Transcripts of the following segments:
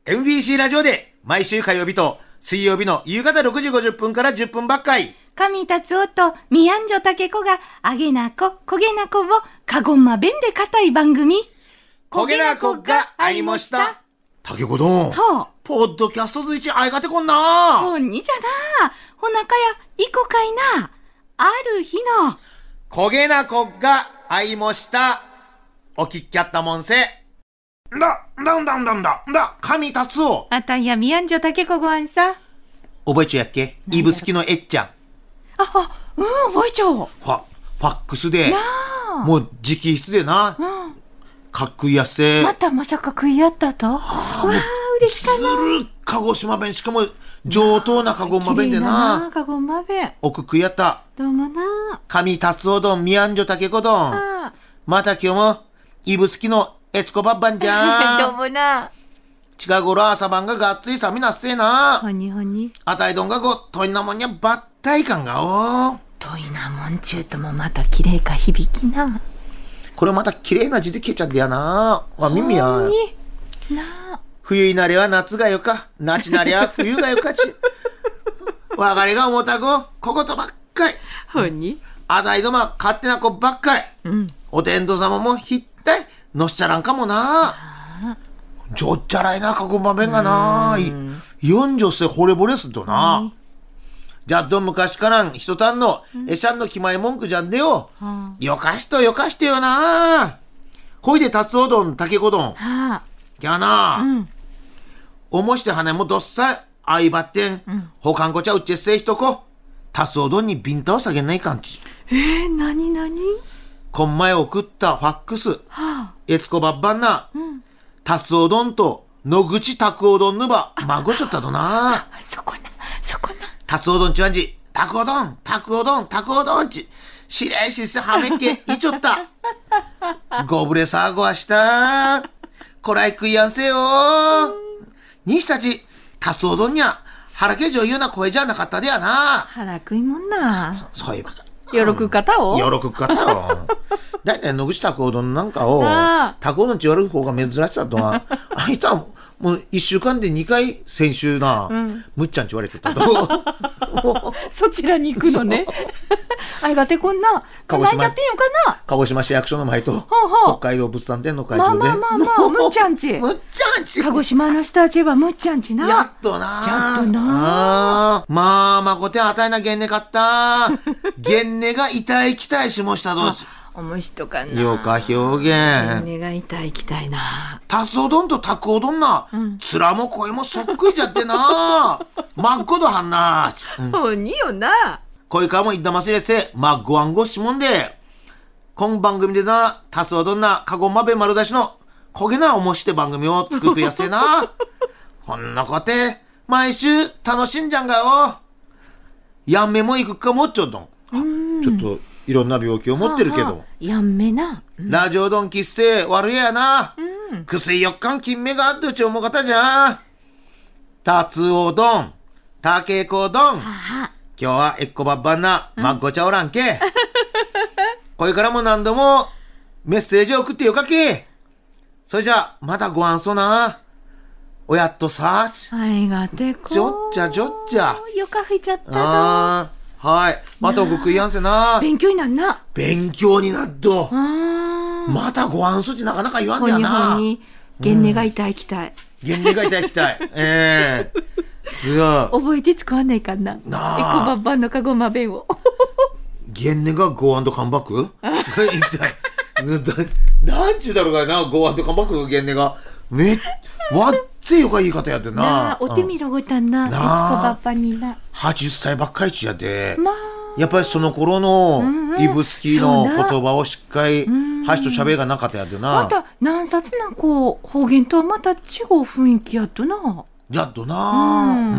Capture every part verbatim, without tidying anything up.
エムビーシー ラジオで毎週火曜日と水曜日の夕方ろくじごじゅっぷんからじゅっぷんばっかり。 上達夫と宮んじょたけこがあげなこ、こげなこをかごんま弁で固い番組。 こげなこが会いました。たけこどん。 はあ。 ポッドキャストずいちあいがてこんな。 ほんにじゃな。ほなかや、いこかいな。ある日の。 こげなこが会いました。おきっきゃったもんせ。んだ、んだんだんだんだ、んだ、上達夫。 あたいや宮んじょたけこごあんさ。 覚えちゃうやっけイブスキのえっちゃん。 あ、あ、うん、覚えちゃう。 ファ、ファックスで、もう直筆でな、うん、かっこいいやっせ。 またまさか食いやったと。はあ、わあ、嬉しかった。 ずる鹿児島弁、しかも上等なかごんま弁でな。 かごんま弁。 奥食いやった。 どうもな。 上達夫どん、宮んじょたけこどん。はあ、また今日も、イブスキのえつこばっばんじゃん。 どうもな。 近頃朝晩ががっつり寒いなっせえな。 ほにほに。 あたいどんがご、といなもんにゃばったいかんがお。 といなもんちゅうともまた綺麗か響きな。 これまた綺麗な字で消えちゃってやな。あ、耳や。な冬になりゃ夏がよか、夏なりゃ冬がよかち。わがれが思たご、こことばっかい。 ほに。 あたいどま勝手な子ばっかい。うん、お天道様もひったいのしちゃらんかもな。ちょっちゃらいな、かごま弁がな。よんじょせ惚れ惚れすとな。うん、じゃっと昔からん人たんの、うん、えしゃんの気前文句じゃんでよ。うん、よかしとよかしてよな。ほいでたつおどん、たけこどん。はあ、きゃな、うん。おもしてはねもどっさい、あいばってん。うん、ほかんこちゃうっちっせいひとこ。たつおどんにビンタを下げないかんち。 えー、なになに？ こんまえ送ったファックス。はあ、えつこばっばんな。うん、たつおどんと野口たくおどんぬばまごちょったとな。 そこなそこな。 たつおどんちわんじたくおどんたくおどんたくおどんちしれいしせはめっけいちょった。ごぶれさごはしたこらい食いやんせよ。にしたちたつおどんにゃ腹けじょういうな声じゃなかったでやな。 腹食いもんな。 そういえばよろく方をよろく方よ。だいたい野口たくおどんなんかをたくおどんち悪い方が珍しさとはあいたはもういっしゅうかんでにかい先週な、うん、むっちゃんち言われちゃったと。 そちらに行くのね。あいがてこんな鹿児島泣いちゃってんよかな。 鹿児島市役所の前とほうほう北海道物産展の会場で、 まあまあまあまあむっちゃんちむっちゃんち鹿児島の人たちはむっちゃんちな。 やっとなやっとなあまあまこてあたいなげんねかったげんねが痛い期待しもしたどうちおもしとかな。 よか表現。 げんねが痛いきたいな。 たつおどんとたくおどんな、うん、面も声もそっくりじゃってな。まっごどはんな。 ほんによな。 こいかもいったますれせ、まっごわんごしもんで。今番組でな、たつおどんな、かごまべ丸出しの、こげなおもして番組を作ってやせな。ほんなこて、毎週楽しんじゃんがお。やんめもいくかもっちょどん。ちょっと、いろんな病気を持ってるけど。はあはあ、 やんめな。 うん、ラジオどんきっせ、悪いやな。うん、くすいよっかん金目があってうち思う方じゃ。たつおどん、たけこどん。はあ、今日はえっこばっばんな、まっごちゃおらんけ。うん、これからも何度もメッセージを送ってよかけ。それじゃ、またご安そな。おやっとさ。 あいがてこ。 じょっちゃじょっちゃ。 よか吹いちゃったな。 あはい。またおくいやんせな。 勉強になんな。 勉強になっと。またご安そちなかなか言わんだよな。 ほにほに。げんねが痛いきたい。 げんねが痛いきたい。ええー。すごい。 覚えて使わないかな。なあ。えこばっばんのかごま弁を。 げんねがゴーアンドカンバック痛い。なんちゅうだろうがな、ゴーアンドカンバックのげんねが。めっ、わっついよか言い方やってな。なあ、おてみろごたんな。えこばっばにな。 はちじゅっさいばっかりちやで。まあ。やっぱりその頃のイブスキーの言葉をしっかり箸としゃべりがなかったやでな。 また何冊なこう方言とはまた違う雰囲気やっとな。 やっとな。うん。うん。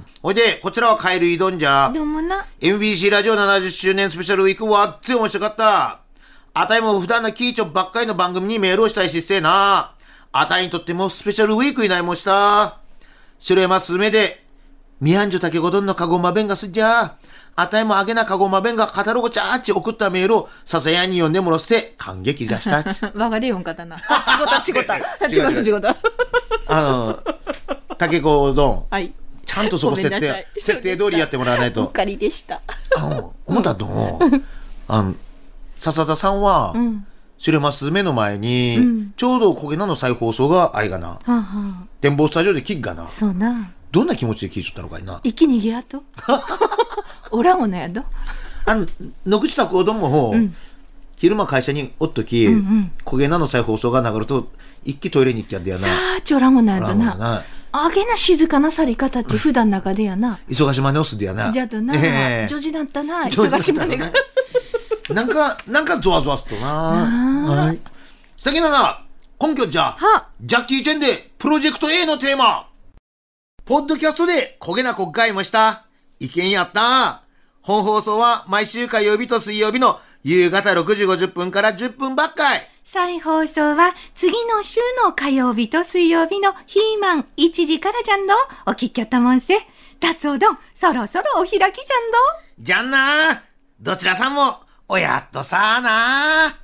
ほいでこちらはカエルイドンじゃ。 どうもな。 エムビーシー ラジオななじゅっしゅうねんスペシャルウィークわっつい面白かった。あたいも普段のキーチョばっかりの番組にメールをしたいしっせえな。あたいにとってもスペシャルウィークになりもした。白山すずめでミヤンジョタケゴドンのカゴマ弁がすっじゃ。あたいもあげなかごま弁がカタログちゃーち送ったメールをささやに読んでもろせ感激じゃしたち。 わがで読んかったな。ちごたちごた。ちごたちごた。 あの、 竹子丼。 はい。 ちゃんとそこ設定、設定通りやってもらわないと。 おかりでした。 あの、思ったと、あの、笹田さんは、うん、シュレマス目の前に、うん、ちょうどコゲナの再放送があいがな。はあはあ、展望スタジオで聞くがな。 そうな。 どんな気持ちで聞いちゃったのかいな。 生き逃げやと。おらんおのやど。 あの、野口拓夫ども、うん、昼間会社におっとき、コゲナの再放送が流れると、一気トイレに行ってやんだよな。 さあ、ちょらんおのやどな。あげな静かな去り方って普段の中でやな。 忙しまねをすんだよな。 じゃとな、えー、女児だったな、忙しまねが。 なんか、なんかゾワゾワすとな。はい。さきなな、根拠じゃ、ジャッキー・チェンでプロジェクト A のテーマ。ポッドキャストで焦げな国会もした。意見やった。本放送は毎週火曜日と水曜日の夕方ろくじごじゅっぷんからじゅっぷんばっかい。 再放送は次の週の火曜日と水曜日のヒーマンいちじからじゃんど。お聞きやったもんせ。達おどん、そろそろお開きじゃんど。 じゃんな。どちらさんも、おやっとさあな。